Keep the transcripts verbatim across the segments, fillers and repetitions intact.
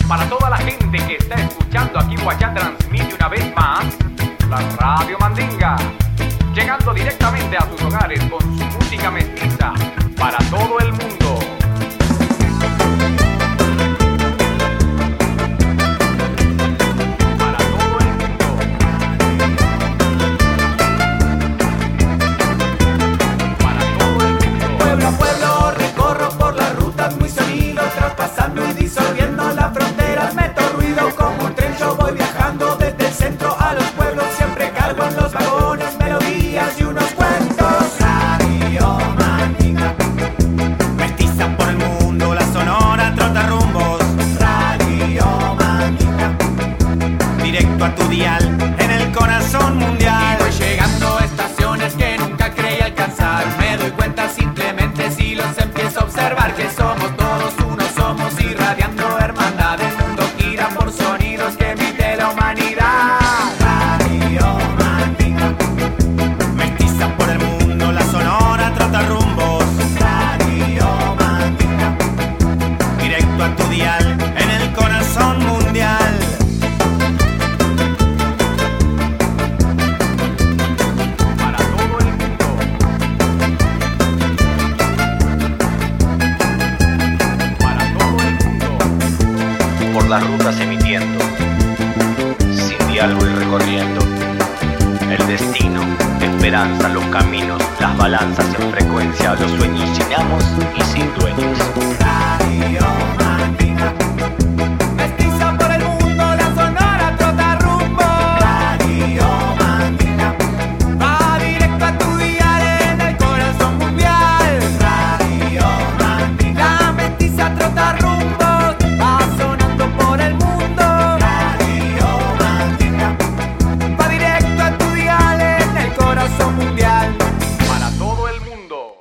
Para toda la gente que está escuchando aquí, Guachá transmite una vez más la Radio Mandinga, llegando directamente a sus hogares con su música mestiza para todo el mundo. Traspasando y disolviendo las fronteras, meto ruido como un tren. Yo voy viajando desde el centro a los pueblos, siempre cargo en los vagones melodías y unos cuentos. Radio Mandinga, mestiza por el mundo, la sonora trota rumbos. Radio Mandinga, directo a tu dial, en el corazón mundial. Y voy llegando a estaciones que nunca creí alcanzar. Me doy cuenta simplemente si los empiezo a observar, que somos todos uno, somos irradiando hermandad. El mundo gira por sonidos que emite la humanidad. Radio Mandinga, mestiza por el mundo, la sonora trota rumbos. Radio Mandinga, directo a tu dial, en el corazón mundial. Para todo el mundo. Para todo el mundo. Por las rutas emitiendo, sin diálogo y recorriendo. El destino, esperanza, los caminos, las balanzas en frecuencia, los sueños sin amos y sin dueños. Radio Mandinga, mestiza por el mundo, la sonora trota rumbo. Radio Mandinga, va directo a tu dial, en el corazón mundial. Radio Mandinga, la mestiza trota rumbo, va sonando por el mundo. Radio Mandinga, va directo a tu dial, en el corazón mundial. Para todo el mundo.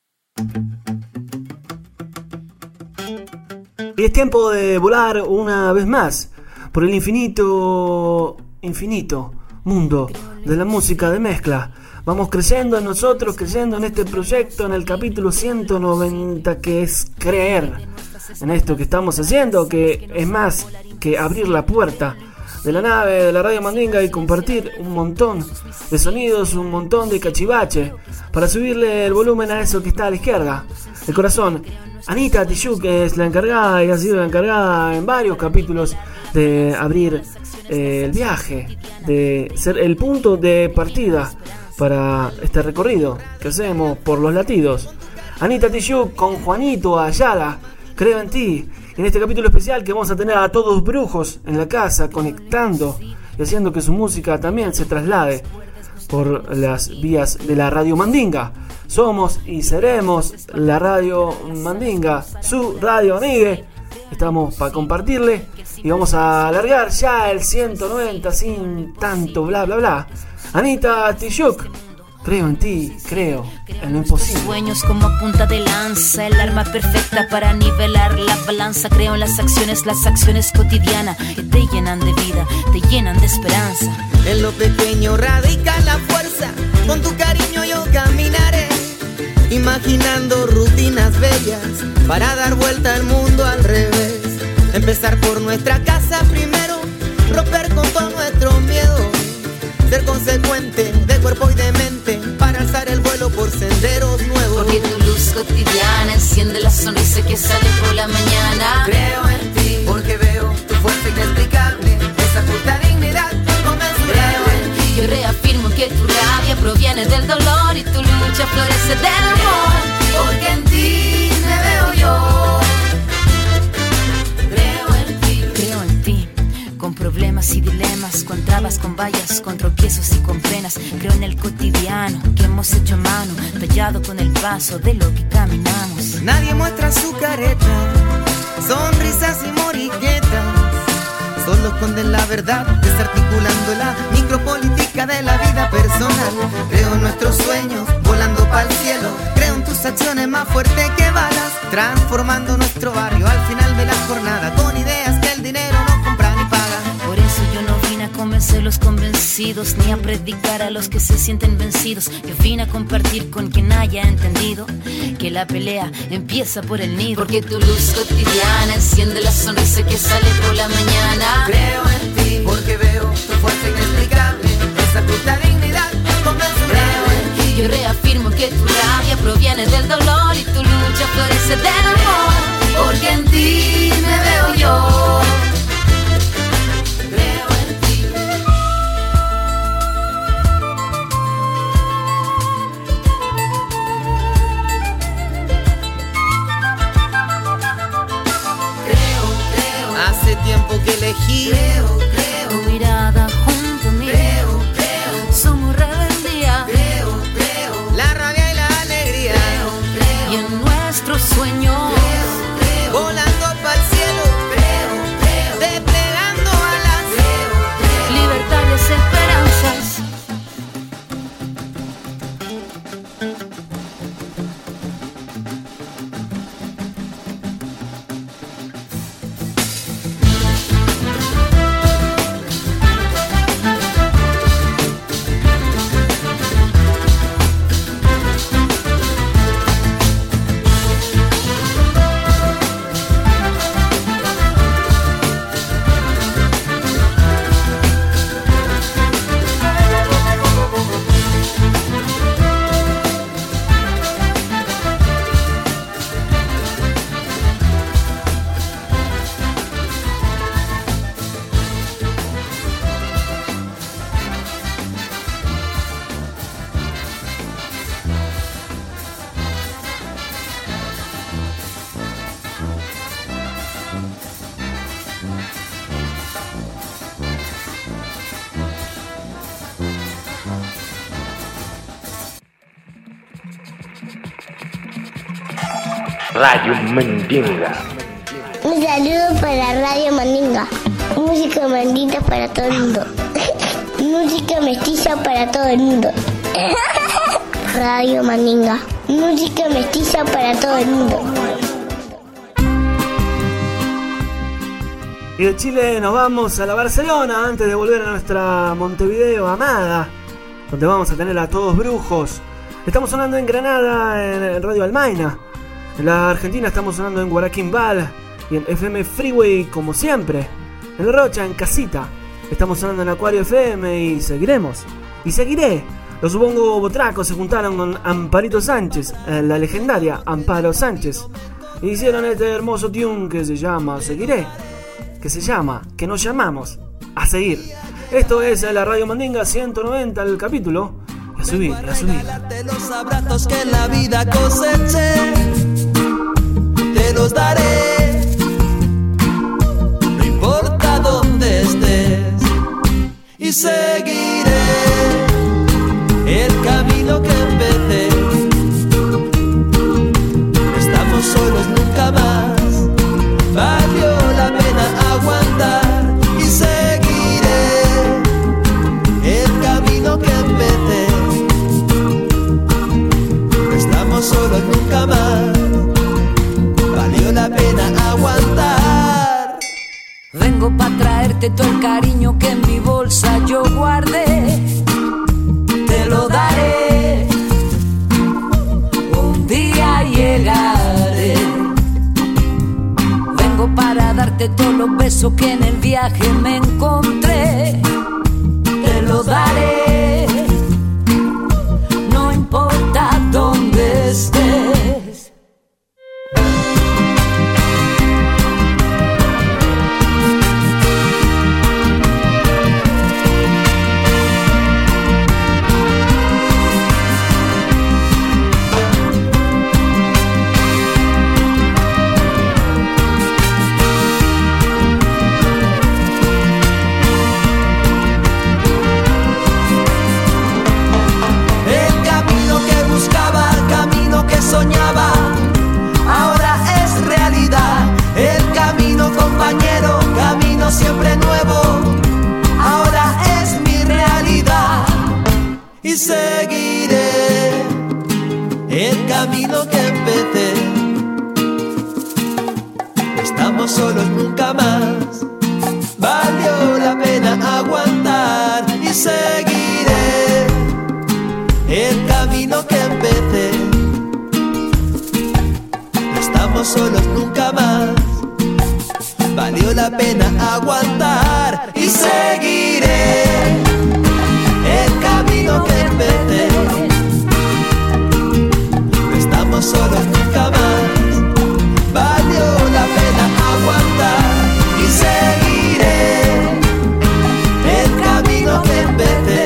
Y es tiempo de volar una vez más por el infinito, infinito mundo de la música de mezcla. Vamos creciendo en nosotros, creciendo en este proyecto, en el capítulo ciento noventa, que es creer en esto que estamos haciendo, que es más que abrir la puerta de la nave de la Radio Mandinga y compartir un montón de sonidos, un montón de cachivache para subirle el volumen a eso que está a la izquierda, el corazón. Anita Tijoux es la encargada y ha sido la encargada en varios capítulos de abrir eh, el viaje, de ser el punto de partida para este recorrido que hacemos por los latidos. Anita Tijoux con Juanito Ayala, Creo en ti. En este capítulo especial que vamos a tener a todos brujos en la casa conectando y haciendo que su música también se traslade por las vías de la Radio Mandinga. Somos y seremos la Radio Mandinga, su radio amigue. Estamos para compartirle y vamos a alargar ya el ciento noventa sin tanto bla bla bla. Anita Tijoux, creo en ti, creo en lo imposible. Sueños como punta de lanza, el arma perfecta para nivelar la balanza. Creo en las acciones, las acciones cotidianas que te llenan de vida, te llenan de esperanza. En lo pequeño radica la fuerza, con tu cariño yo caminaré, imaginando rutinas bellas para dar vuelta al mundo al revés. Empezar por nuestra casa primero, romper con todo nuestro miedo, ser consecuente de cuerpo y de mente para alzar el vuelo por senderos nuevos. Porque tu luz cotidiana enciende la sonrisa que sale por la mañana. Creo en ti, porque veo tu fuerza inexplicable, esa puta dignidad inconmensurable. Creo en ti, yo reafirmo que tu rabia proviene del dolor y tu lucha florece del amor. Porque en ti me veo yo. Creo en ti, creo en ti. Con problemas y dilemas, con trabas, con vallas, con tropiezos y con penas. Creo en el cotidiano que hemos hecho a mano, tallado con el paso de lo que caminamos. Nadie muestra su careta, sonrisas y moriquetas, solo esconden la verdad, desarticulando la micropolítica de la vida personal. Creo en nuestros sueños, volando pa'l cielo. Creo en tus acciones más fuertes que balas, transformando nuestro barrio al final de la jornada, con ideas que el dinero no compra ni paga. Por eso yo no vine a convencerlos, convencí conocidos, ni a predicar a los que se sienten vencidos. Yo vine a compartir con quien haya entendido que la pelea empieza por el nido. Porque tu luz cotidiana enciende la sonrisa que sale por la mañana. Creo en ti porque veo tu fuerza inexplicable, esa puta dignidad inconmensurable. Creo en ti, yo reafirmo que tu rabia proviene del dolor y tu lucha florece del amor. Porque en ti me veo yo. Hace tiempo que elegí, creo, creo, tu mirada junto a mí, creo, creo, somos rebeldía, creo, creo, la rabia y la alegría, creo, creo, y en nuestros sueños, creo, creo, volando pa'l cielo, creo, creo, desplegando alas, creo, creo, libertades, esperanzas. Radio Mandinga. Un saludo para Radio Mandinga. Música mandita para todo el mundo. Música mestiza para todo el mundo. Radio Mandinga. Música mestiza para todo el mundo. Y de Chile nos vamos a la Barcelona antes de volver a nuestra Montevideo amada, donde vamos a tener a Todos Brujos. Estamos sonando en Granada en Radio Almaina. En la Argentina estamos sonando en Guaraquimbal y en F M Freeway como siempre. En La Rocha, en Casita, estamos sonando en Acuario F M y seguiremos. Y seguiré. Los Subongo Botracos se juntaron con Amparito Sánchez, la legendaria Amparo Sánchez, e hicieron este hermoso tune que se llama Seguiré. Que se llama, que nos llamamos a seguir. Esto es la Radio Mandinga ciento noventa, el capítulo. Y a subir, y a subir. Los abrazos que en la vida coseché, te los daré, no importa dónde estés, y seguiré el camino que empecé. No estamos solos nunca más, valió la pena aguantar, y seguiré el camino que empecé. No estamos solos nunca más, valió la pena aguantar. Vengo pa' traerte todo el cariño que en mi bolsa yo guardé. Te lo daré, un día llegaré. Vengo para darte todos los besos que en el viaje me encontré. Te lo daré, no importa dónde estés. Soñaba, ahora es realidad. El camino, compañero, camino siempre nuevo, ahora es mi realidad. Y seguiré el camino que empecé. No estamos solos nunca más, valió la pena aguantar. y seguiré el camino que empecé. No estamos solos nunca más, valió la pena aguantar y seguiré el camino que empecé. No estamos solos nunca más, valió la pena aguantar y seguiré el camino que empecé.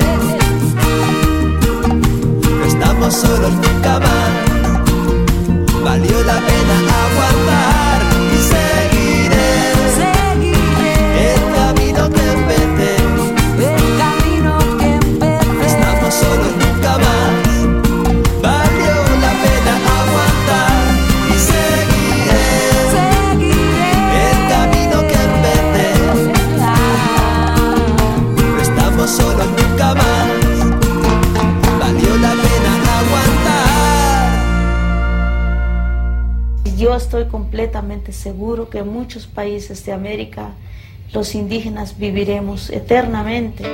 No estamos solos nunca más, valió la pena aguantar y seguiré, seguiré el camino que empecé, el camino que empecé. No estamos solos nunca más, valió la pena aguantar y seguiré, seguiré el camino que empecé. No estamos solos nunca más, valió la pena aguantar. Yo estoy completamente seguro que en muchos países de América los indígenas viviremos eternamente.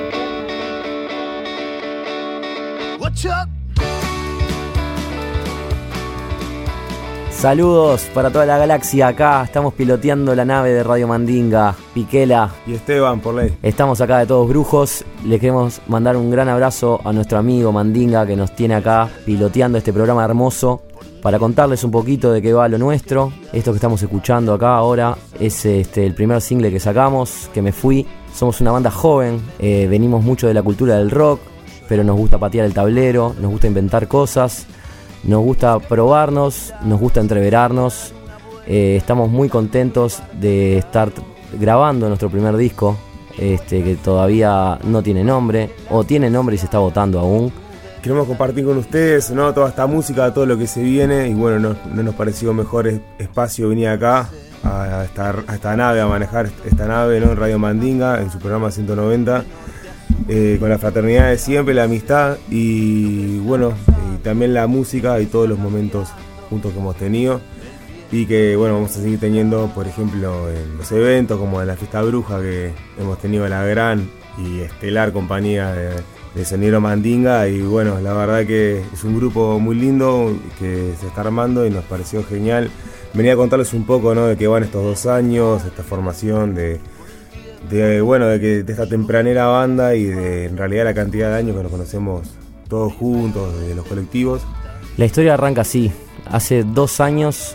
Saludos para toda la galaxia. Acá estamos piloteando la nave de Radio Mandinga, Piquela y Esteban, por ley. Estamos acá de Todos Brujos. Le queremos mandar un gran abrazo a nuestro amigo Mandinga, que nos tiene acá piloteando este programa hermoso, para contarles un poquito de qué va lo nuestro. Esto que estamos escuchando acá ahora es este, el primer single que sacamos, Que Me Fui. Somos una banda joven, eh, venimos mucho de la cultura del rock, pero nos gusta patear el tablero, nos gusta inventar cosas, nos gusta probarnos, nos gusta entreverarnos. Eh, estamos muy contentos de estar t- grabando nuestro primer disco, este, que todavía no tiene nombre, o tiene nombre y se está votando aún. Queremos compartir con ustedes, ¿no?, toda esta música, todo lo que se viene, y bueno, no, no nos pareció mejor es, espacio venir acá a esta, a esta nave, a manejar esta nave, ¿no?, en Radio Mandinga, en su programa ciento noventa, eh, con la fraternidad de siempre, la amistad y bueno, y también la música y todos los momentos juntos que hemos tenido y que bueno, vamos a seguir teniendo, por ejemplo, en los eventos como en la Fiesta Bruja, que hemos tenido la gran y estelar compañía de de Sonido Mandinga, y bueno, la verdad que es un grupo muy lindo que se está armando y nos pareció genial. Venía a contarles un poco, ¿no?, de qué van estos dos años, esta formación, de, de bueno, de que de esta tempranera banda y de en realidad la cantidad de años que nos conocemos todos juntos, de los colectivos. La historia arranca así. Hace dos años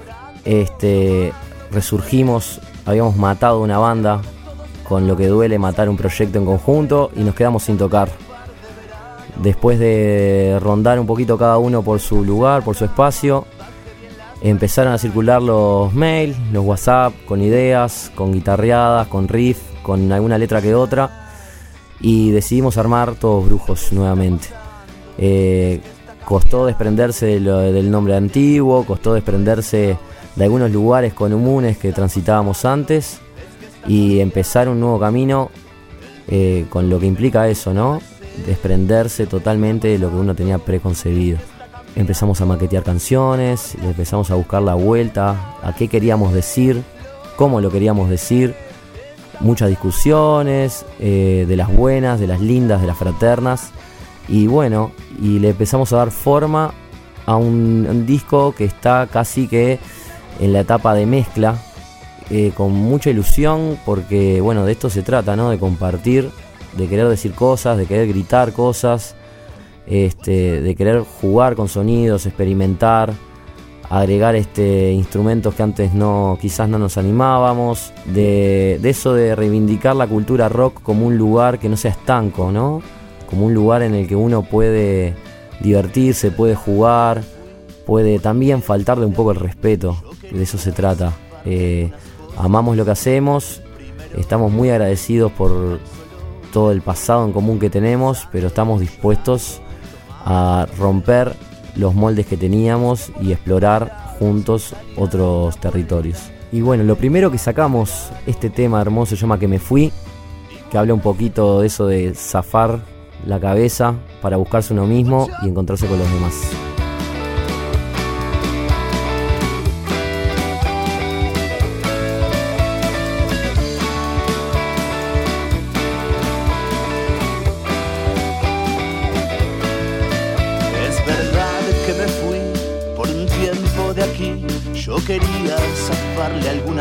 este, resurgimos, habíamos matado una banda, con lo que duele matar un proyecto en conjunto, y nos quedamos sin tocar. Después de rondar un poquito cada uno por su lugar, por su espacio, empezaron a circular los mails, los WhatsApp, con ideas, con guitarreadas, con riff, con alguna letra que otra, y decidimos armar Todos Brujos nuevamente. Eh, costó desprenderse de lo, del nombre antiguo, costó desprenderse de algunos lugares comunes que transitábamos antes, y empezar un nuevo camino, eh, con lo que implica eso, ¿no? Desprenderse totalmente de lo que uno tenía preconcebido. Empezamos a maquetear canciones, empezamos a buscar la vuelta a qué queríamos decir, cómo lo queríamos decir. Muchas discusiones, eh, de las buenas, de las lindas, de las fraternas, y bueno, y le empezamos a dar forma a un, un disco que está casi que en la etapa de mezcla, eh, con mucha ilusión, porque bueno, de esto se trata, ¿no?, de compartir, de querer decir cosas, de querer gritar cosas, este, de querer jugar con sonidos, experimentar, agregar este, instrumentos que antes no, quizás no nos animábamos, de, de eso de reivindicar la cultura rock como un lugar que no sea estanco, ¿no?, como un lugar en el que uno puede divertirse, puede jugar, puede también faltarle un poco el respeto, de eso se trata. Eh, amamos lo que hacemos, estamos muy agradecidos por todo el pasado en común que tenemos, pero estamos dispuestos a romper los moldes que teníamos y explorar juntos otros territorios. Y bueno, lo primero que sacamos, este tema hermoso se llama Que Me Fui, que habla un poquito de eso de zafar la cabeza para buscarse uno mismo y encontrarse con los demás.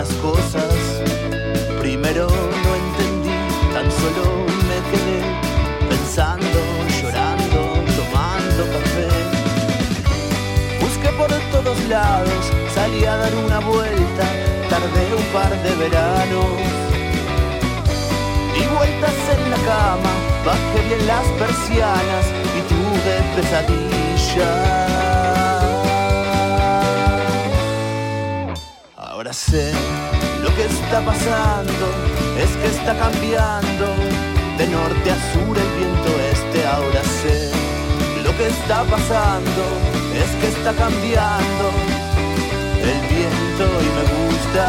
algunas cosas. Primero no entendí, tan solo me quedé pensando, llorando, tomando café. Busqué por todos lados, salí a dar una vuelta, tardé un par de veranos. Di vueltas en la cama, bajé bien las persianas y tuve pesadillas. Ahora sé lo que está pasando, es que está cambiando de norte a sur el viento este. Ahora sé lo que está pasando, es que está cambiando el viento y me gusta.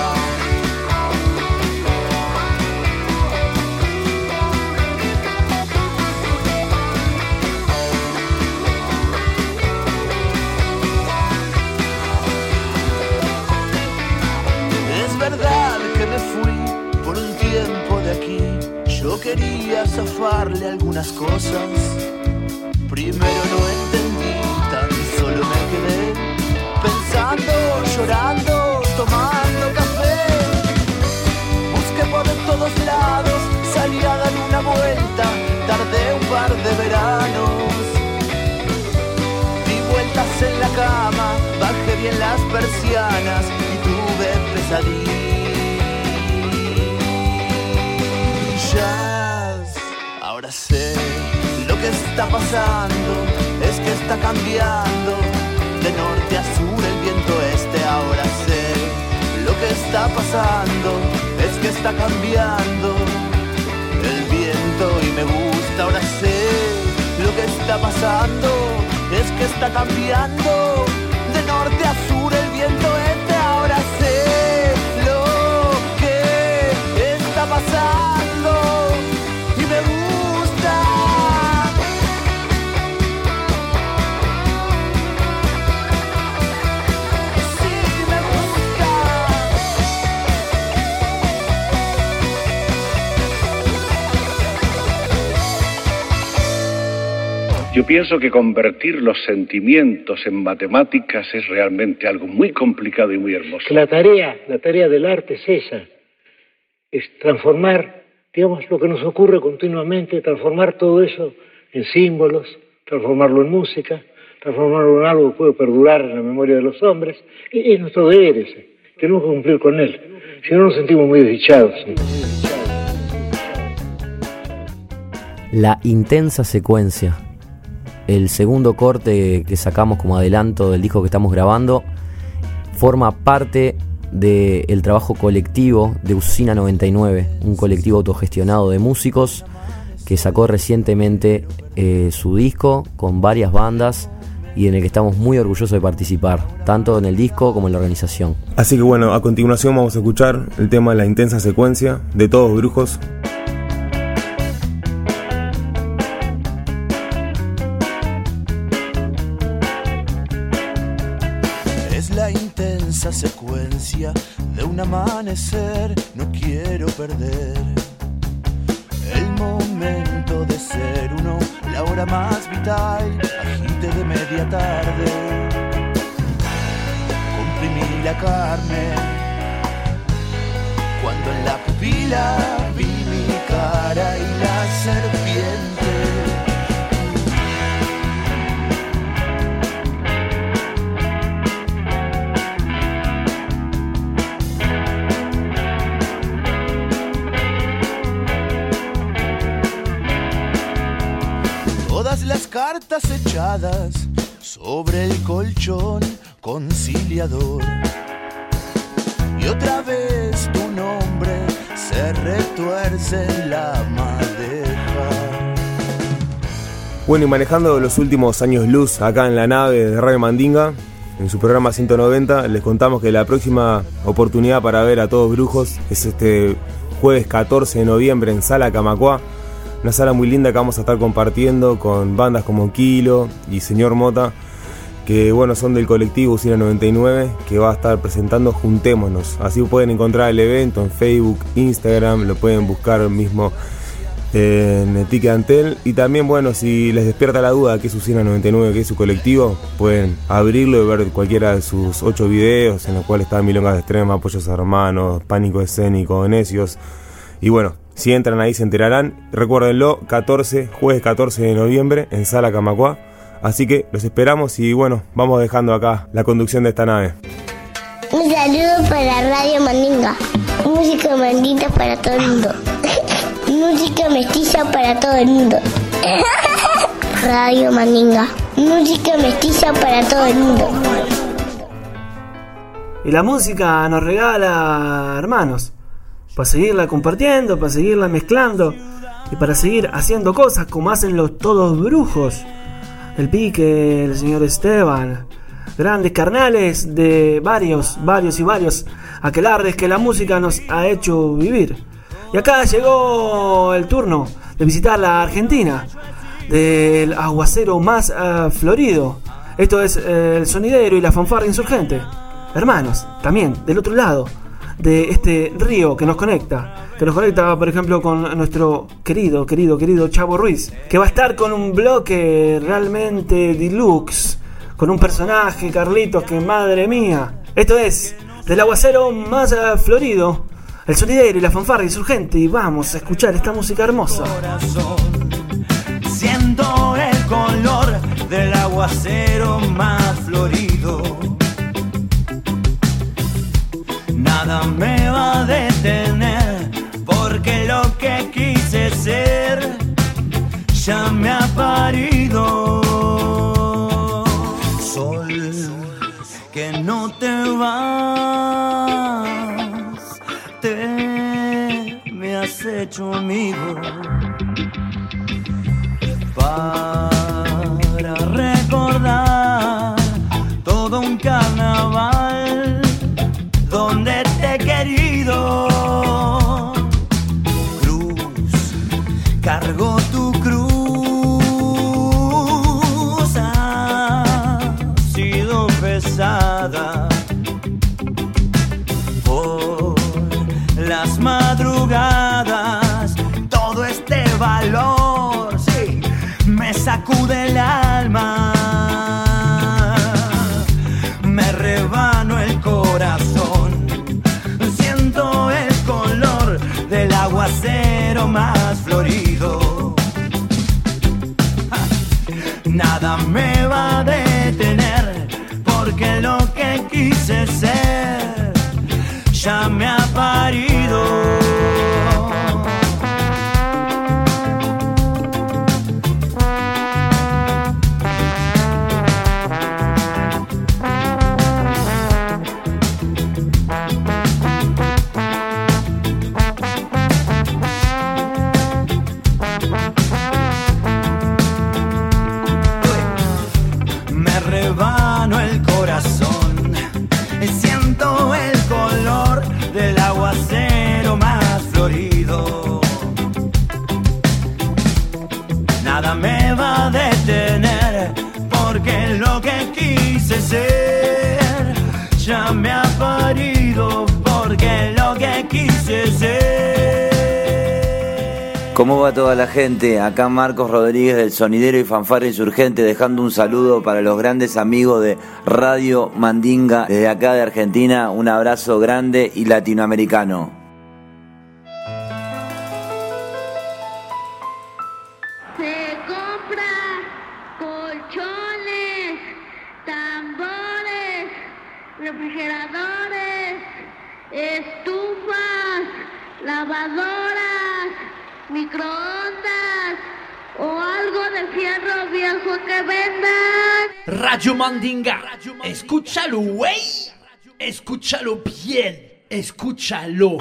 Yo quería zafarle algunas cosas. Primero no entendí, tan solo me quedé pensando, llorando, tomando café. Busqué por todos lados, salí a dar una vuelta, tardé un par de veranos. Di vueltas en la cama, bajé bien las persianas y tuve pesadillas. Ahora sé lo que está pasando, es que está cambiando de norte a sur el viento este. Ahora sé lo que está pasando, es que está cambiando el viento y me gusta. Ahora sé lo que está pasando, es que está cambiando de norte a sur el viento este. Ahora sé lo que está pasando y me gusta. Sí, me gusta. Yo pienso que convertir los sentimientos en matemáticas es realmente algo muy complicado y muy hermoso. La tarea, la tarea del arte es esa, es transformar, digamos, lo que nos ocurre continuamente, transformar todo eso en símbolos, transformarlo en música, transformarlo en algo que puede perdurar en la memoria de los hombres, y es nuestro deber ese, tenemos que cumplir con él, si no nos sentimos muy desdichados. ¿Sí? La intensa secuencia. El segundo corte que sacamos como adelanto del disco que estamos grabando forma parte del trabajo colectivo de Usina noventa y nueve, un colectivo autogestionado de músicos que sacó recientemente eh, su disco con varias bandas y en el que estamos muy orgullosos de participar, tanto en el disco como en la organización. Así que bueno, a continuación vamos a escuchar el tema La intensa secuencia de Todos Brujos. Esa secuencia de un amanecer, no quiero perder el momento de ser uno, la hora más vital, agite de media tarde, comprimí la carne, cuando en la pupila vi mi cara y la serpiente. Las cartas echadas sobre el colchón conciliador y otra vez tu nombre se retuerce en la madeja. Bueno, y manejando los últimos años luz acá en la nave de Radio Mandinga, en su programa ciento noventa, les contamos que la próxima oportunidad para ver a Todos Brujos es este jueves catorce de noviembre en Sala Camacuá. Una sala muy linda que vamos a estar compartiendo con bandas como Kilo y Señor Mota, que bueno, son del colectivo Usina noventa y nueve, que va a estar presentando Juntémonos. Así pueden encontrar el evento en Facebook, Instagram, lo pueden buscar mismo eh, en el Ticket Antel. Y también, bueno, si les despierta la duda de qué es Usina noventa y nueve, qué es su colectivo, pueden abrirlo y ver cualquiera de sus ocho videos, en los cuales están Milongas de Extrema, Apoyos Hermanos, Pánico Escénico, Necios. Y bueno, si entran ahí se enterarán. Recuérdenlo, catorce, jueves catorce de noviembre en Sala Camacuá. Así que los esperamos y bueno, vamos dejando acá la conducción de esta nave. Un saludo para Radio Mandinga. Música mandita para todo el mundo. Música mestiza para todo el mundo. Radio Mandinga. Música mestiza para todo el mundo. Y la música nos regala hermanos, para seguirla compartiendo, para seguirla mezclando y para seguir haciendo cosas como hacen los todos brujos. El Pique, el señor Esteban, grandes carnales de varios, varios y varios aquelarres que la música nos ha hecho vivir. Y acá llegó el turno de visitar la Argentina, del aguacero más uh, florido. Esto es uh, el sonidero y la fanfarra insurgente. Hermanos, también del otro lado de este río que nos conecta, que nos conecta por ejemplo con nuestro querido, querido, querido Chavo Ruiz, que va a estar con un bloque realmente deluxe, con un personaje, Carlitos, que madre mía. Esto es del aguacero más uh, florido, el sonidero y la fanfarra insurgente, y vamos a escuchar esta música hermosa. Siento el color del aguacero más florido. Nada me va a detener, porque lo que quise ser ya me ha parido. Sol, que no te vas, te me has hecho amigo. Para recordar todo un carnaval donde te he querido. Cruz, cargo tu cruz, ha sido pesada por las madrugadas. Todo este valor, sí, me sacude el alma, me rebano el corazón, siento el color del aguacero más florido. Nada me va a detener, porque lo que quise ser ya me ha parido. Rebano el corazón, siento el color del aguacero más florido. Nada me va a detener, porque lo que quise ser ya me ha parido, porque lo que quise ser. ¿Cómo va toda la gente? Acá Marcos Rodríguez del Sonidero y Fanfarra Insurgente, dejando un saludo para los grandes amigos de Radio Mandinga desde acá de Argentina. Un abrazo grande y latinoamericano. Se compra colchones, tambores, refrigeradores, estufas, lavadoras, microondas o algo de fierro viejo que vendan. Radio Mandinga, escúchalo, güey. Escúchalo bien, escúchalo.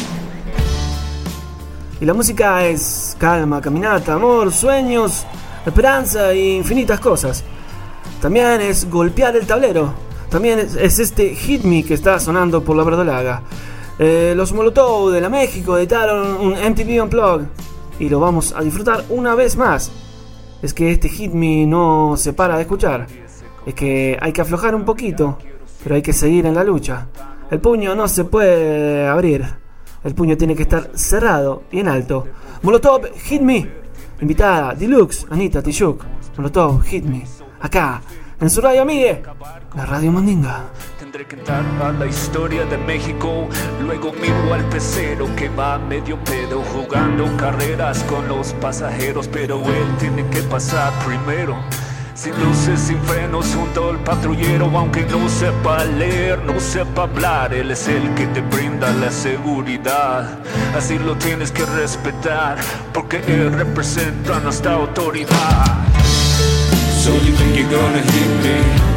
Y la música es calma, caminata, amor, sueños, esperanza e infinitas cosas. También es golpear el tablero. También es, es este Hit Me que está sonando por la verdolaga. Eh, los Molotov de la México editaron un M T V Unplugged y lo vamos a disfrutar una vez más. Es que este Hit Me no se para de escuchar. Es que hay que aflojar un poquito, pero hay que seguir en la lucha. El puño no se puede abrir. El puño tiene que estar cerrado y en alto. Molotov, hit me. Invitada, Deluxe, Anita Tijoux. Molotov, hit me. Acá, en su radio, amigue. La Radio Mandinga. Tendré que entrar a la historia de México. Luego miro al pecero que va medio pedo, jugando carreras con los pasajeros. Pero él tiene que pasar primero. Sin luces, sin frenos, junto al patrullero. Aunque no sepa leer, no sepa hablar, él es el que te brinda la seguridad. Así lo tienes que respetar, porque él representa nuestra autoridad. So you think you're gonna hit me,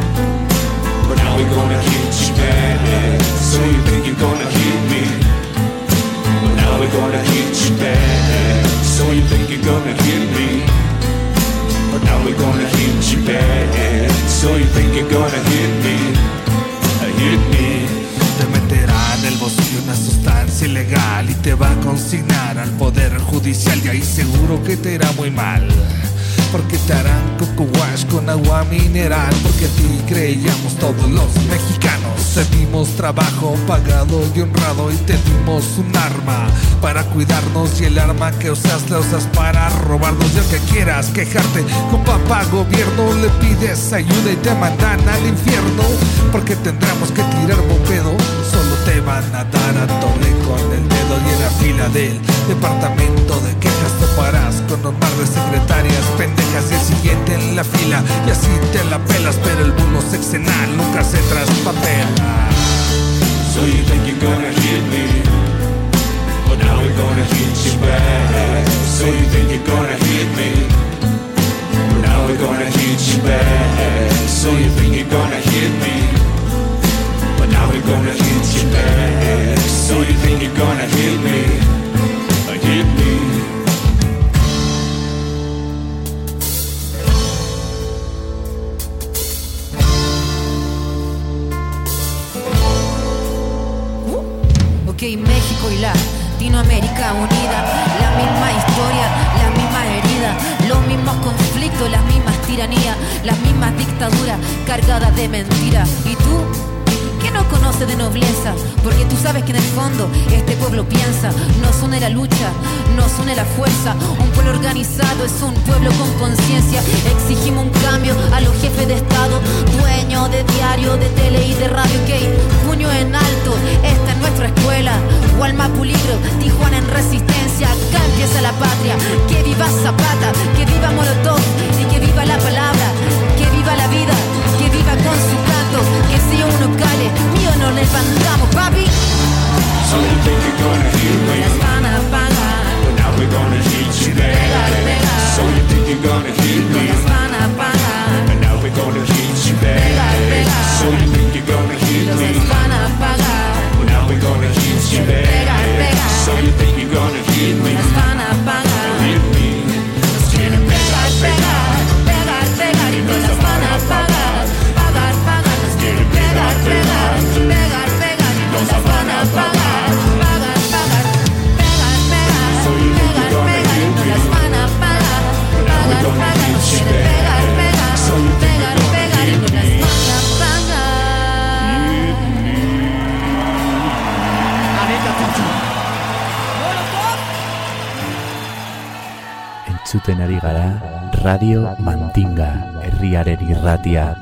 but now we're gonna hit you bad. So you think you're gonna hit me, but now we're gonna hit you bad. So you think you're gonna hit me, but now we're gonna hit you bad. So you think you're gonna hit me, hit me. Te meterá en el bolsillo una sustancia ilegal y te va a consignar al poder judicial, y ahí seguro que te irá muy mal. Porque te harán coco wash con agua mineral. Porque a ti creíamos todos los mexicanos. Te dimos trabajo pagado y honrado, y te dimos un arma para cuidarnos, y el arma que usas la usas para robarnos. Y aunque quieras quejarte con papá gobierno, le pides ayuda y te mandan al infierno. Porque tendremos que tirar bopedo, solo te van a dar a tole con el dedo. Y en la fila del departamento de quejas toparás con un mar de secretarias pendejas, y el siguiente en la fila, y así te la pelas. Pero el bulo sexenal nunca se traspapela. So you think you're gonna hit me, but now we're gonna hit you bad. So you think you're gonna hit me, but now we're gonna hit you bad. So you think you're gonna hit me, but now we're gonna hit you bad. So you think you're gonna hit me, hit me. Ok, México y Latinoamérica unida, la misma historia, la misma herida, los mismos conflictos, las mismas tiranías, las mismas dictaduras cargadas de mentiras. ¿Y tú? ¿Qué no conoce de nobleza? Porque tú sabes que en el fondo este pueblo piensa. Nos une la lucha, nos une la fuerza. Un pueblo organizado es un pueblo con conciencia. Exigimos un cambio a los jefes de estado, dueños de diario, de tele y de radio. Ok, puño en alto, esta es nuestra escuela. Gualmapuligro, Tijuana en resistencia. Acá empieza la patria. Que viva Zapata, que viva Molotov y que viva la palabra. Que viva la vida, que viva con su canto. Que sea uno cale, mío no levantamos, papi. So you think you're gonna hit me, las van a pagar, but now we're gonna hit you bad. So you think you're gonna hit me, las van a pagar, but now we're gonna hit you bad. So you think you're gonna hit me, las van a pagar, but now we're gonna hit you bad. So you think you're gonna hit me, las van a pagar, hit me. Nos quieren pegar, pegar, pegar, pegar y nos las van a pagar, pagar, pagar. Nos quieren pegar, pegar, pegar, pegar y nos las van a pagar, pagar, pagar, pegar, pegar, pegar, pegar y nos las van a pagar, pagar, pagar. Nos quieren pegar, pegar, pegar, pegar y nos las van a pagar. Anita Tijoux. Entzuten ari gara Radio Mandinga, herriaren irratia.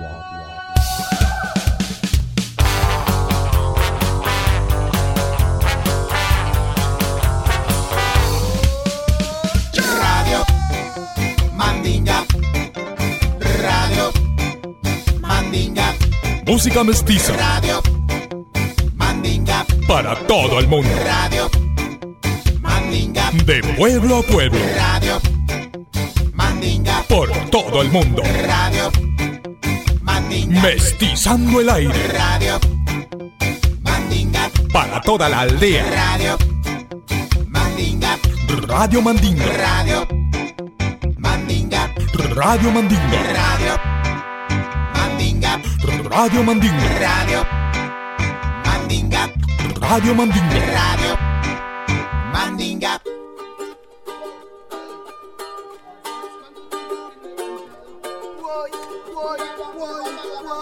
Radio Mandinga, Radio Mandinga, Música mestiza Radio Mandinga, para todo el mundo, Radio Mandinga, de pueblo a pueblo, Radio Mandinga, por todo el mundo, Radio Mandinga, mestizando el aire, Radio Mandinga, para toda la aldea, Radio Mandinga, Radio Mandinga, Radio Mandinga, Radio Mandinga, Radio Mandinga, Radio Mandinga, Radio Mandinga, Radio Mandinga, Radio Mandinga.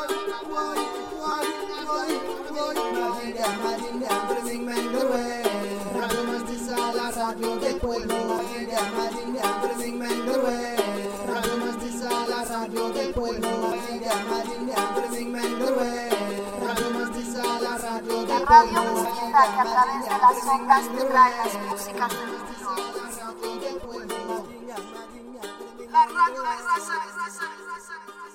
Mandinga, Mandinga, everything made the way. radio del pueblo. Madinga, Madinga, bring me the way. Radio Mestiza, la radio del pueblo. Madinga, Madinga, bring me the way. Radio Mestiza, la radio del pueblo. Radio Mestiza, que a través de las ondas te trae las músicas del mundo. La radio de raza, de raza, de raza.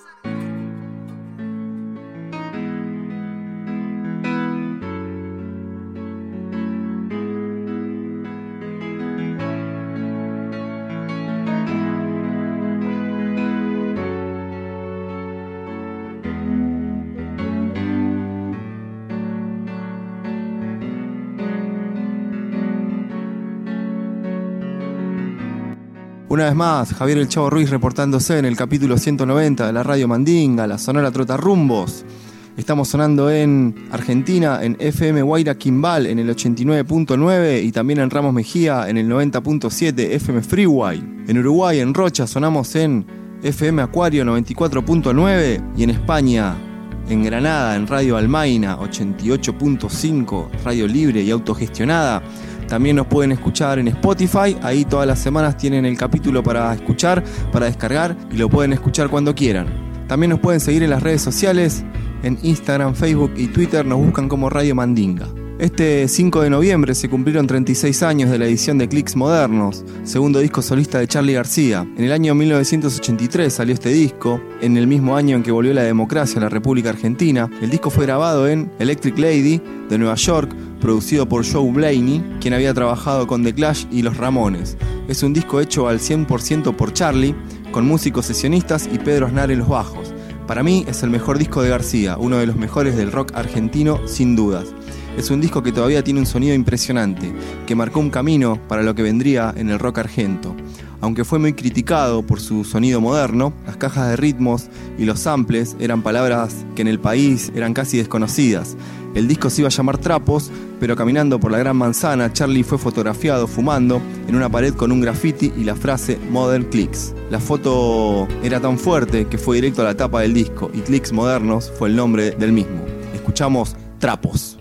Una vez más, Javier El Chavo Ruiz reportándose en el capítulo ciento noventa de la Radio Mandinga, la Sonora Trotarrumbos. Estamos sonando en Argentina, en F M Guaira Quimbal en el ochenta y nueve punto nueve y también en Ramos Mejía en el noventa punto siete F M Freeway. En Uruguay, en Rocha, sonamos en F M Acuario noventa y cuatro punto nueve y en España, en Granada, en Radio Almaina ochenta y ocho punto cinco, radio libre y autogestionada. También nos pueden escuchar en Spotify, ahí todas las semanas tienen el capítulo para escuchar, para descargar y lo pueden escuchar cuando quieran. También nos pueden seguir en las redes sociales, en Instagram, Facebook y Twitter nos buscan como Radio Mandinga. Este cinco de noviembre se cumplieron treinta y seis años de la edición de Clicks Modernos, segundo disco solista de Charly García. En el año mil novecientos ochenta y tres salió este disco, en el mismo año en que volvió la democracia a la República Argentina. El disco fue grabado en Electric Lady de Nueva York, producido por Joe Blaney, quien había trabajado con The Clash y Los Ramones. Es un disco hecho al cien por ciento por Charly, con músicos sesionistas y Pedro Aznar en los bajos. Para mí es el mejor disco de García, uno de los mejores del rock argentino sin dudas. Es un disco que todavía tiene un sonido impresionante, que marcó un camino para lo que vendría en el rock argento. Aunque fue muy criticado por su sonido moderno, las cajas de ritmos y los samples eran palabras que en el país eran casi desconocidas. El disco se iba a llamar Trapos, pero caminando por la Gran Manzana, Charly fue fotografiado fumando en una pared con un graffiti y la frase Modern Clicks. La foto era tan fuerte que fue directo a la tapa del disco y Clicks Modernos fue el nombre del mismo. Escuchamos Trapos.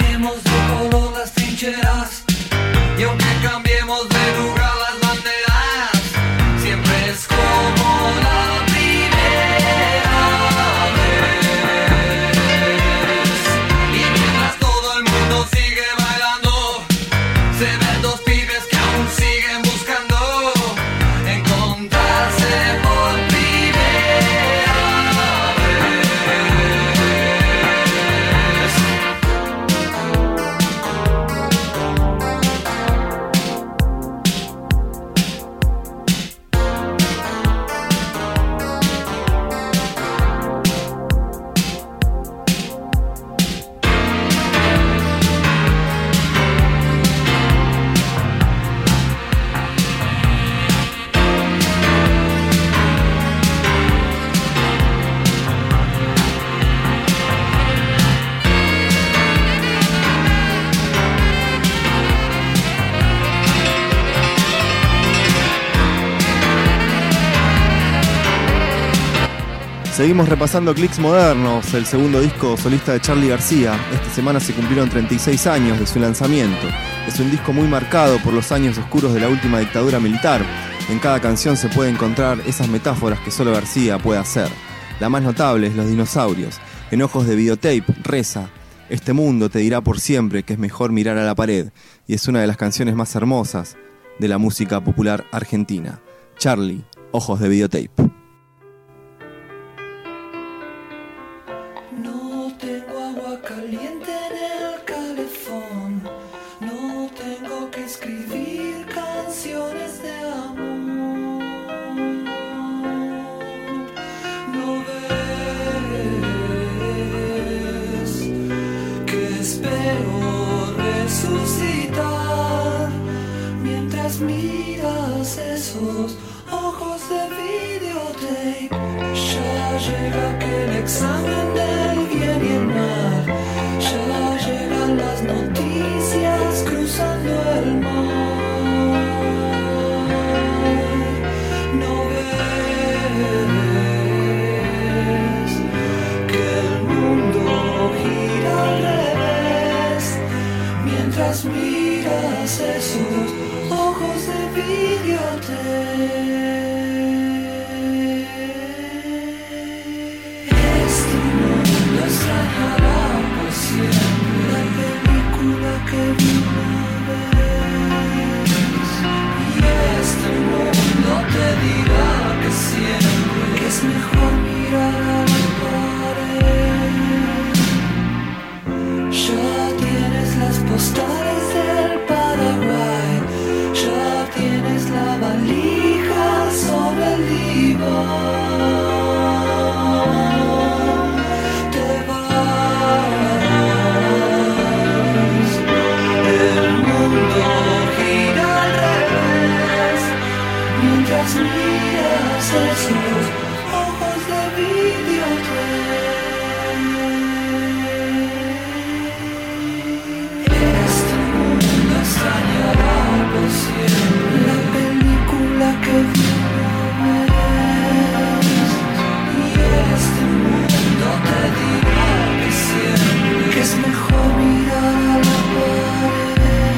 Y aunque cambiemos de lugar las banderas, Seguimos repasando Clics Modernos, el segundo disco solista de Charly García. Esta semana se cumplieron treinta y seis años de su lanzamiento. Es un disco muy marcado por los años oscuros de la última dictadura militar. En cada canción se puede encontrar esas metáforas que solo García puede hacer. La más notable es Los dinosaurios. En Ojos de Videotape reza: este mundo te dirá por siempre que es mejor mirar a la pared. Y es una de las canciones más hermosas de la música popular argentina. Charly, Ojos de Videotape. No tengo agua caliente en el calefón, no tengo que escribir canciones de amor. No ves que espero resucitar mientras miras esos ojos de videotape. Ya llega aquel examen del bien y el mal, ya llegan las noticias cruzando el mar. No ves que el mundo gira al revés mientras miras esos ojos de videotape. Extrañará por siempre la película que vi una vez. Y este mundo te dirá que siempre que es mejor mirar a la pared. Ya tienes las postales del Paraguay, ya tienes la valija sobre el diván. Mientras miras esos ojos de videotape, este mundo extrañará por siempre la película que vi una vez. Y este mundo te dirá que siempre que es mejor mirar a la pared.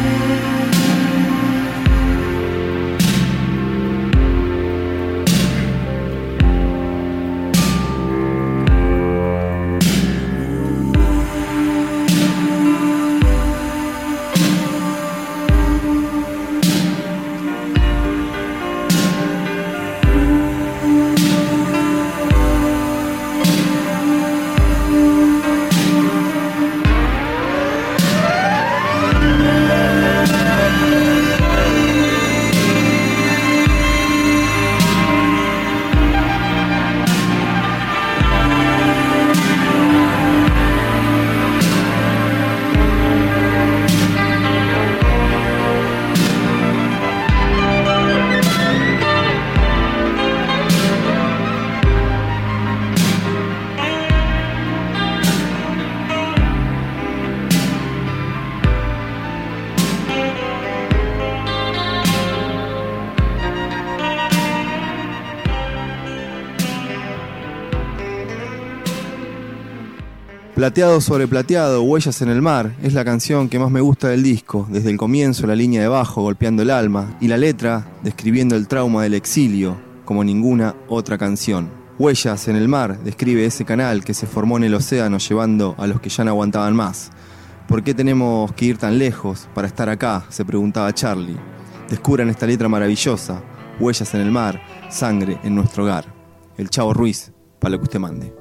Plateado sobre plateado, Huellas en el mar, es la canción que más me gusta del disco, desde el comienzo la línea de bajo golpeando el alma y la letra describiendo el trauma del exilio como ninguna otra canción. Huellas en el mar describe ese canal que se formó en el océano llevando a los que ya no aguantaban más. ¿Por qué tenemos que ir tan lejos para estar acá?, se preguntaba Charly. Descubran esta letra maravillosa, Huellas en el mar, sangre en nuestro hogar. El Chavo Ruiz, para lo que usted mande.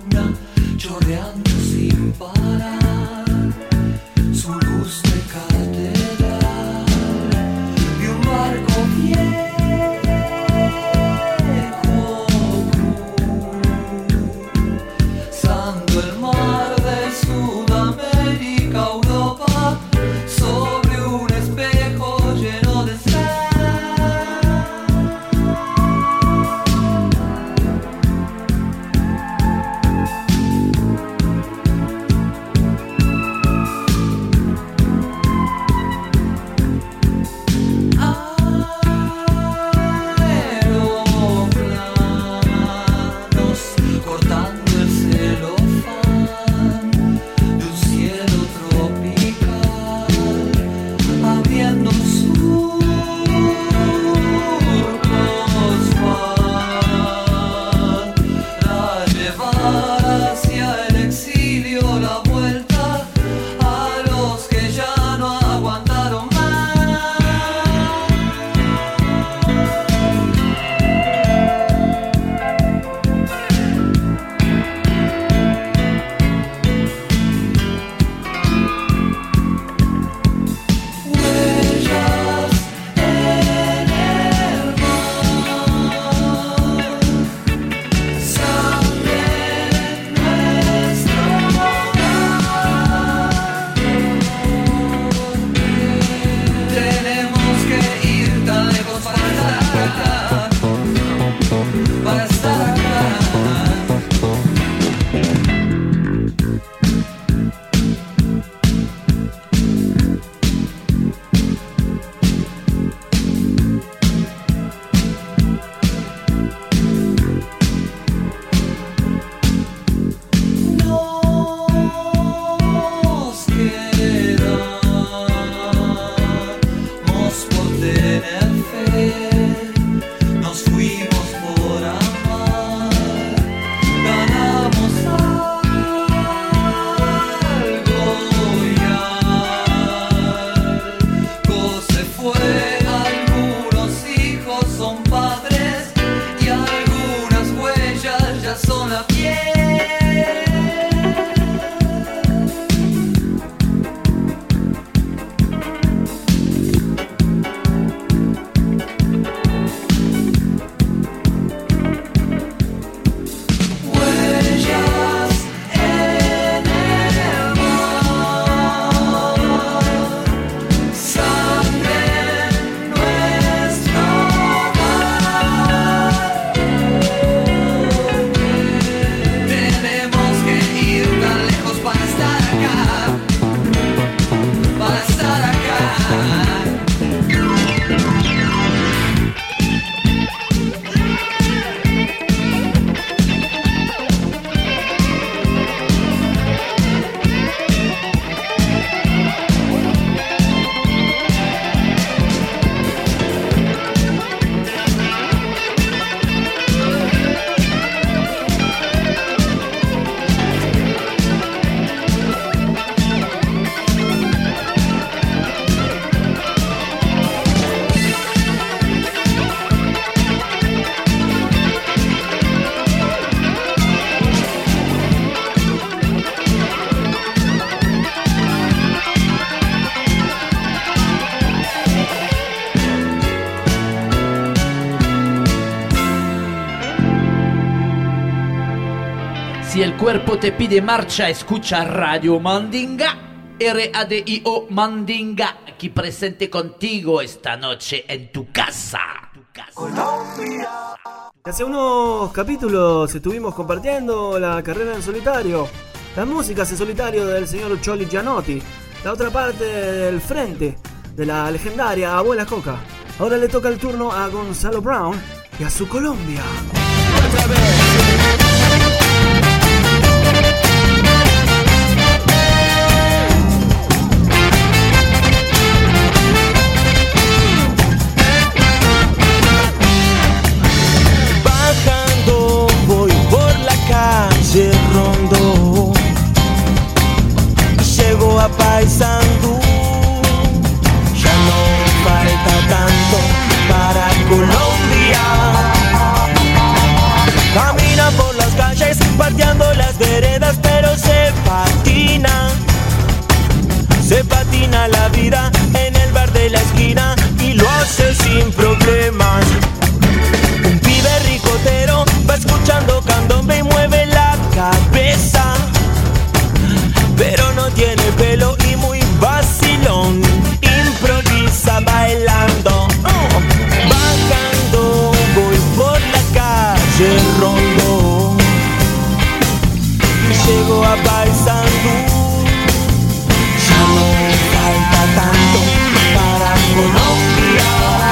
Chorreando sin parar, su luz de cada Si el cuerpo te pide marcha, escucha Radio Mandinga. R A D I O Mandinga, aquí presente contigo esta noche en tu casa. Hace unos capítulos estuvimos compartiendo la carrera en solitario, las músicas en solitario del señor Choli Gianotti, la otra parte del frente de la legendaria Abuela Coca. Ahora le toca el turno a Gonzalo Brown y a su Colombia. Otra vez. Voy por la calle Rondó, llego a Paysandú, ya no falta tanto para Colombia. Camina por las calles, pateando las veredas, pero se patina, se patina la vida en el bar de la esquina y lo hace sin problemas. Un pibe ricotero va escuchando candombe y mueve la cabeza, pero no tiene pelo y muy vacilón, improvisa bailando. Oh. Bajando voy por la calle Rondó y llego a Paysandú, ya no falta tanto para Colombia.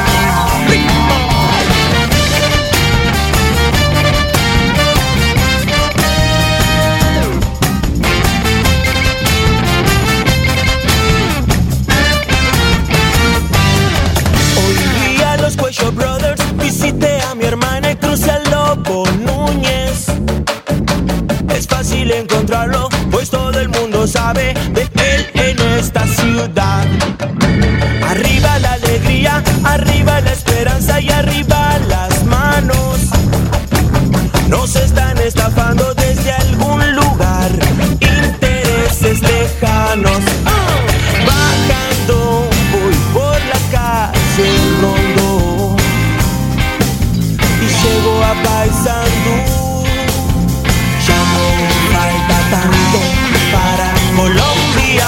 Los Cuello Brothers, visité a mi hermana y crucé al Lobo Núñez. Es fácil encontrarlo, pues todo el mundo sabe de él en esta ciudad. Arriba la alegría, arriba la esperanza y arriba las manos. Nos están estafando desde algún lugar, intereses lejanos. Oh. Bajando voy por la calle Rondó y llego a Paysandú, ya no falta tanto para Colombia.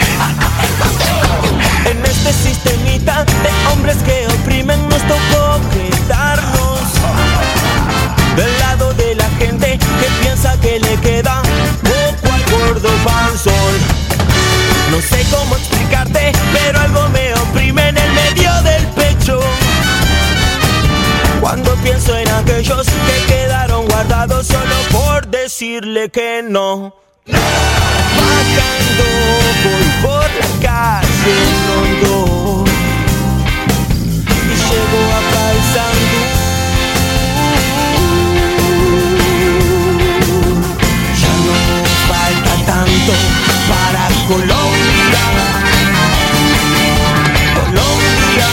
En este sistemita de hombres que oprimen nos tocó quedarnos del lado de la gente que piensa que le queda poco al gordo panzón. No sé cómo explicarte, pero algo me oprime en el medio del pecho cuando pienso en aquellos que quedaron guardados solo por decirle que no. Bajando voy por la calle Rondó y llego a Paysandú, ya no falta tanto para Colombia. Colombia.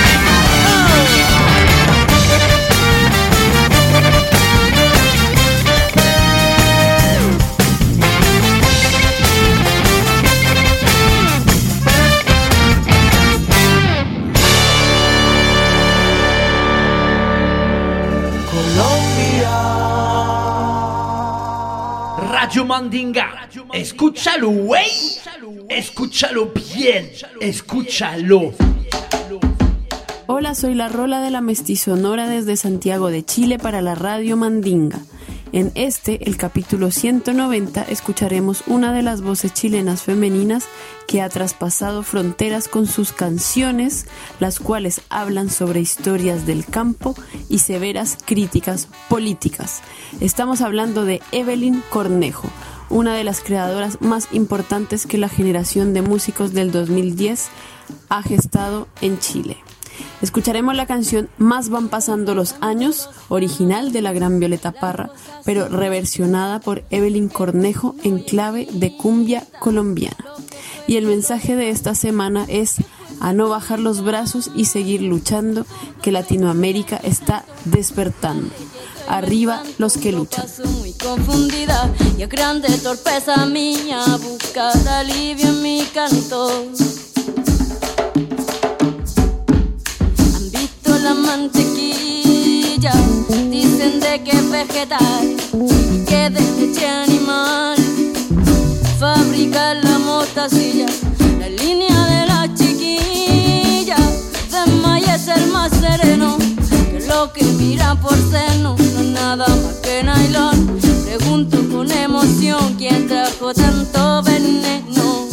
Radio Mandinga, escúchalo, güey. Escúchalo bien, escúchalo. Hola, soy la Rola de la Mestizonora desde Santiago de Chile para la Radio Mandinga. En este, el capítulo ciento noventa, escucharemos una de las voces chilenas femeninas que ha traspasado fronteras con sus canciones, las cuales hablan sobre historias del campo y severas críticas políticas. Estamos hablando de Evelyn Cornejo, una de las creadoras más importantes que la generación de músicos del dos mil diez ha gestado en Chile. Escucharemos la canción Más van pasando los años, original de la gran Violeta Parra, pero reversionada por Evelyn Cornejo en clave de cumbia colombiana. Y el mensaje de esta semana es a no bajar los brazos y seguir luchando, que Latinoamérica está despertando. Arriba los que luchan. Muy confundida y es grande torpeza mía buscar alivio en mi canto. La mantequilla dicen de que es vegetal y que desde esta silla. La línea de la chiquilla de Maya es el más sereno, que lo que mira por seno no es nada más que nylon. Pregunto con emoción quién trajo tanto veneno.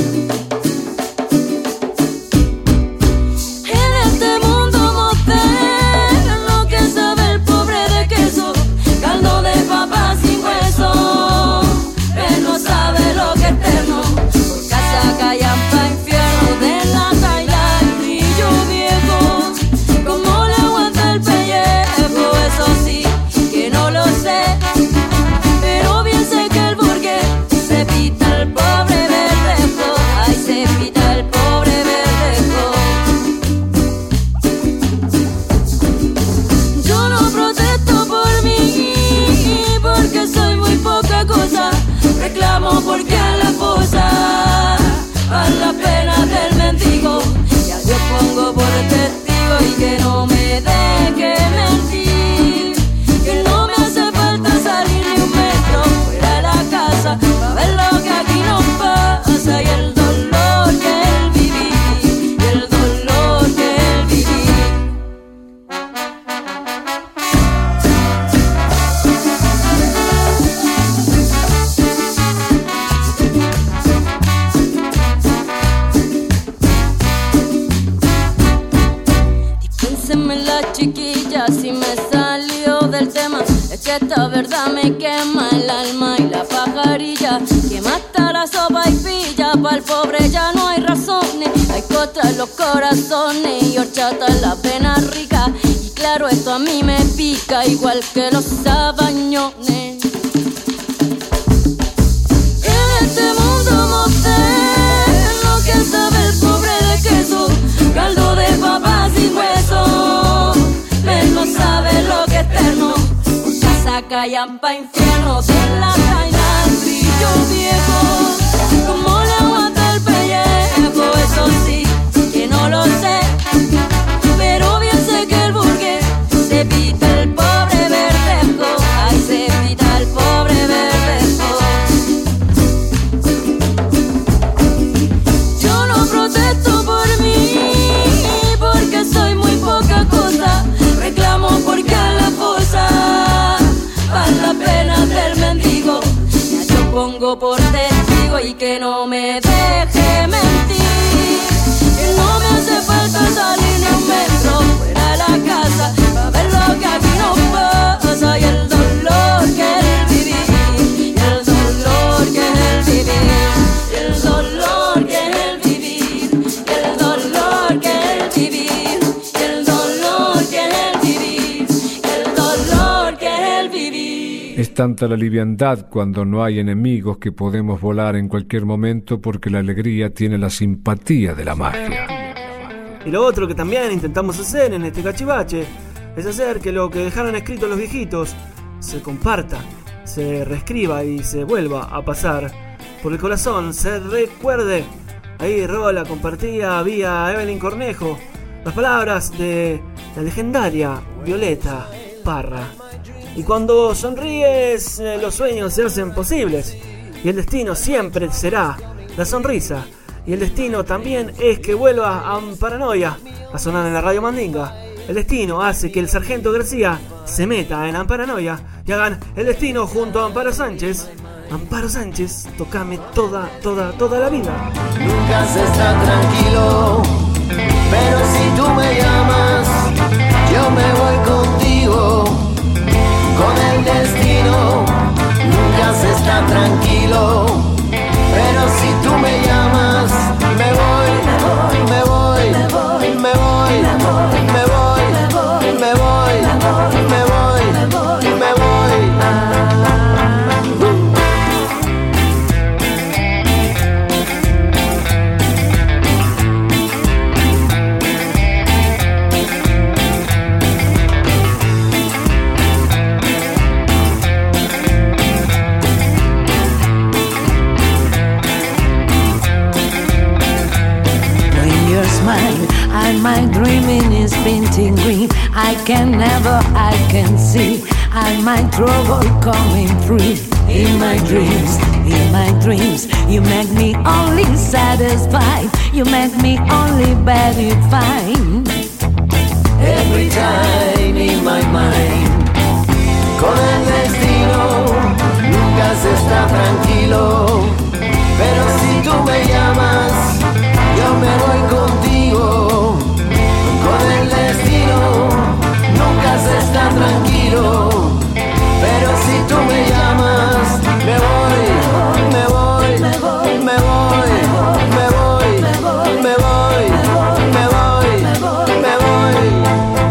En este mundo mortal, lo que sabe el pobre de queso, caldo de papa sin hueso, él no sabe lo que es eterno. Por casa callampa, infierno de la taila, el brillo viejo, como le aguanta el pellejo. Eso sí, que no lo sé, pero bien sé que el burgués se pita el pobre verdejo. Ay, se pita el pobre verdejo. Yo no protesto por mí, porque soy muy poca cosa. Reclamo porque a la fosa, a la pena del mendigo, ya yo pongo por testigo y que no me deje mentir, que no me hace falta salir ni un metro fuera de la casa para ver lo que aquí nos pasa y el dolor que él viví, y el dolor que él viví. Dispénseme la chiquilla si me salió del tema, es que esta verdad me quema el alma y la pajarilla, que mata la sopa y pilla, para el pobre ya no hay razones, hay costra en los corazones y horchata en la pena rica, y claro esto a mí me pica igual que los sabañones. En este mundo moderno, que sabe el pobre de queso, caldo de papa sin hueso, él no sabe lo que es eterno. Por casa callampa, infierno de la taila, el brillo viejo, como le aguanta el pellejo. Eso sí, que no lo sé, pero bien sé que el burgués se pita el pobre verdejo. Ay, se pita el pobre verdejo. Yo no protesto por mí, porque soy muy poca cosa. Reclamo porque a la fosa, a la pena del mendigo, ya yo pongo por testigo y que no me deje mentir, que no me hace falta salir ni un metro fuera de la casa para ver lo que aquí nos pasa y el dolor que él viví, y el dolor que él viví, y el dolor que él viví, y el dolor que él viví, y el dolor que él viví, y el dolor que él viví. Es tanta la liviandad cuando no hay enemigos que podemos volar en cualquier momento porque la alegría tiene la simpatía de la magia. Y lo otro que también intentamos hacer en este cachivache es hacer que lo que dejaron escrito los viejitos se comparta, se reescriba y se vuelva a pasar por el corazón, se recuerde. Ahí Rola compartía vía Evelyn Cornejo las palabras de la legendaria Violeta Parra. Y cuando sonríes, eh, los sueños se hacen posibles. Y el destino siempre será la sonrisa. Y el destino también es que vuelva a Amparanoia a sonar en la Radio Mandinga. El destino hace que el Sargento García se meta en Amparanoia y hagan El Destino junto a Amparo Sánchez. Amparo Sánchez, tócame toda, toda, toda la vida. Nunca se está tranquilo, pero si tú me llamas, yo me voy contigo. Con el destino nunca se está tranquilo, pero si tú me llamas, me voy, me voy, me voy, me voy, me voy, me voy, me voy. And my dreaming is painting green. I can never, I can see. And my trouble coming free in my dreams. in my dreams. You make me only satisfied. You make me only very fine. Every time in my mind. Con el destino nunca se está tranquilo. Pero si tú me llamas, yo me voy contigo. Con el destino nunca se está tranquilo. Pero si tú me llamas, me voy, me voy, me voy, me voy, me voy, me voy, me voy, me voy, me voy.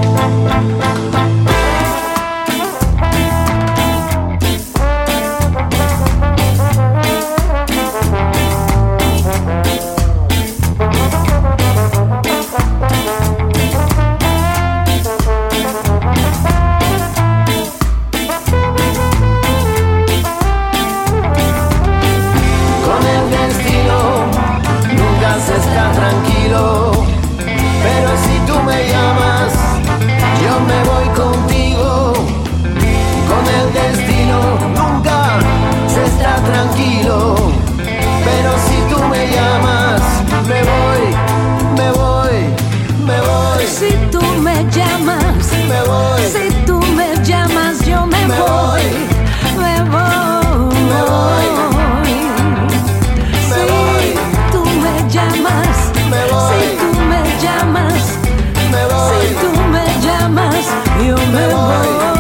Tranquilo, pero si tú me llamas, yo me voy contigo. Con el destino nunca se está tranquilo, pero si tú me llamas, me voy, me voy, me voy. Si tú me llamas, me voy. Si tú me llamas, yo me, me voy, voy, me voy, me voy, me voy. Si tú me llamas, me voy. Si tú me llamas, me voy. Si tú me llamas, yo me, me voy. voy.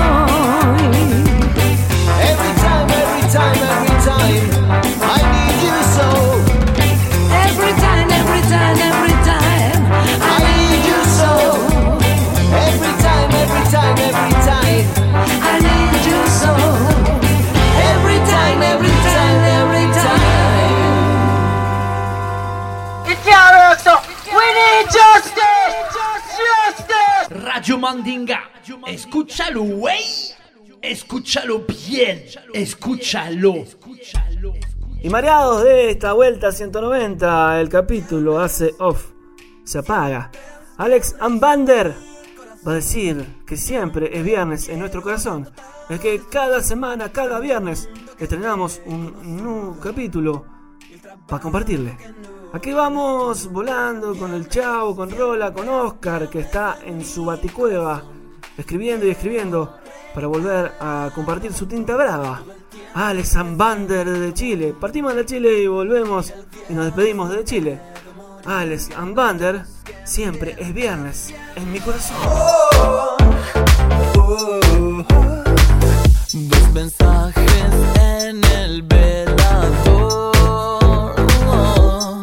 Every time, every time, every time, I need you so. Every time, every time, every time, I need you so. Every time, every time, every time, I need you so. Every time, every time, every time. We need justice, justice. Radio Mandinga, escúchalo, güey, escúchalo bien, escúchalo. Y mareados de esta vuelta ciento noventa, el capítulo hace off, se apaga. Alex Ambander va a decir que siempre es viernes en nuestro corazón. Es que cada semana, cada viernes, estrenamos un nuevo capítulo para compartirle. Aquí vamos volando con el Chavo, con Rola, con Oscar, que está en su baticueva, escribiendo y escribiendo para volver a compartir su tinta brava. Alex Ambander de Chile. Partimos de Chile y volvemos y nos despedimos de Chile. Alex Ambander, siempre es viernes en mi corazón. Oh, oh, oh. Dos mensajes en el velador. Oh.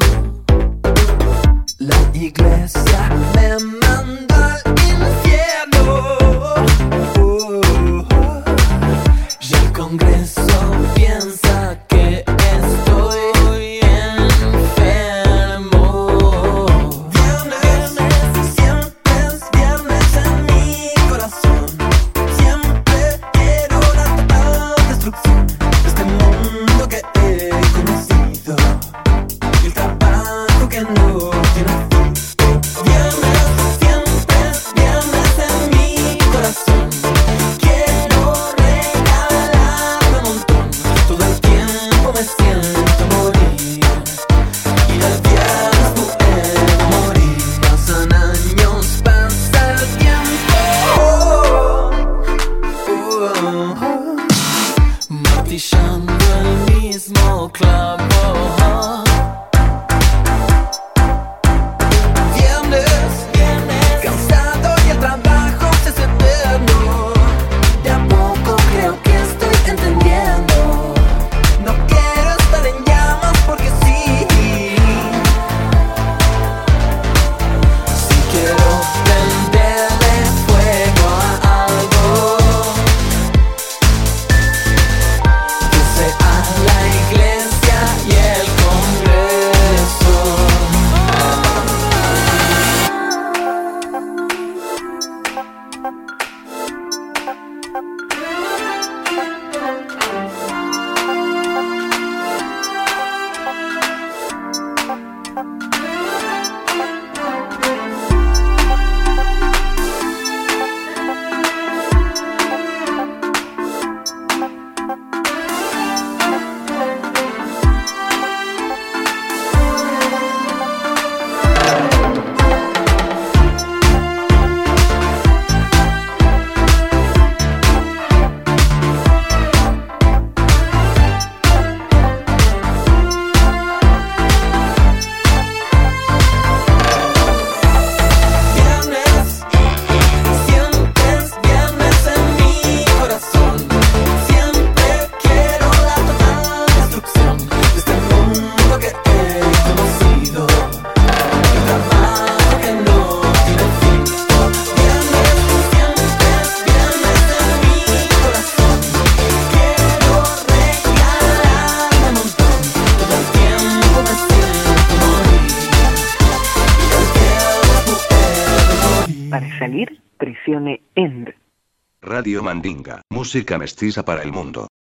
La iglesia me manda al infierno. Oh, oh. Y el Congreso piensa que estoy enfermo. Viernes, siempre es viernes en mi corazón. Siempre quiero la total destrucción de este mundo que he conocido y el trabajo que no tiene fin. Viernes, siempre es viernes en mi corazón. Quiero regalarme un montón. Todo el tiempo me siento morir. Y del viernes puedo morir. Pasan años, pasa el tiempo. Oh, oh, oh. Martillando el mismo clavo. Viernes, cansado y el trabajo se hace eterno. De a poco creo que estoy entendiendo. No quiero estar en llamas porque sí. Si quiero prenderle fuego a algo, que sea la iglesia Para salir, presione End. Radio Mandinga, música mestiza para el mundo.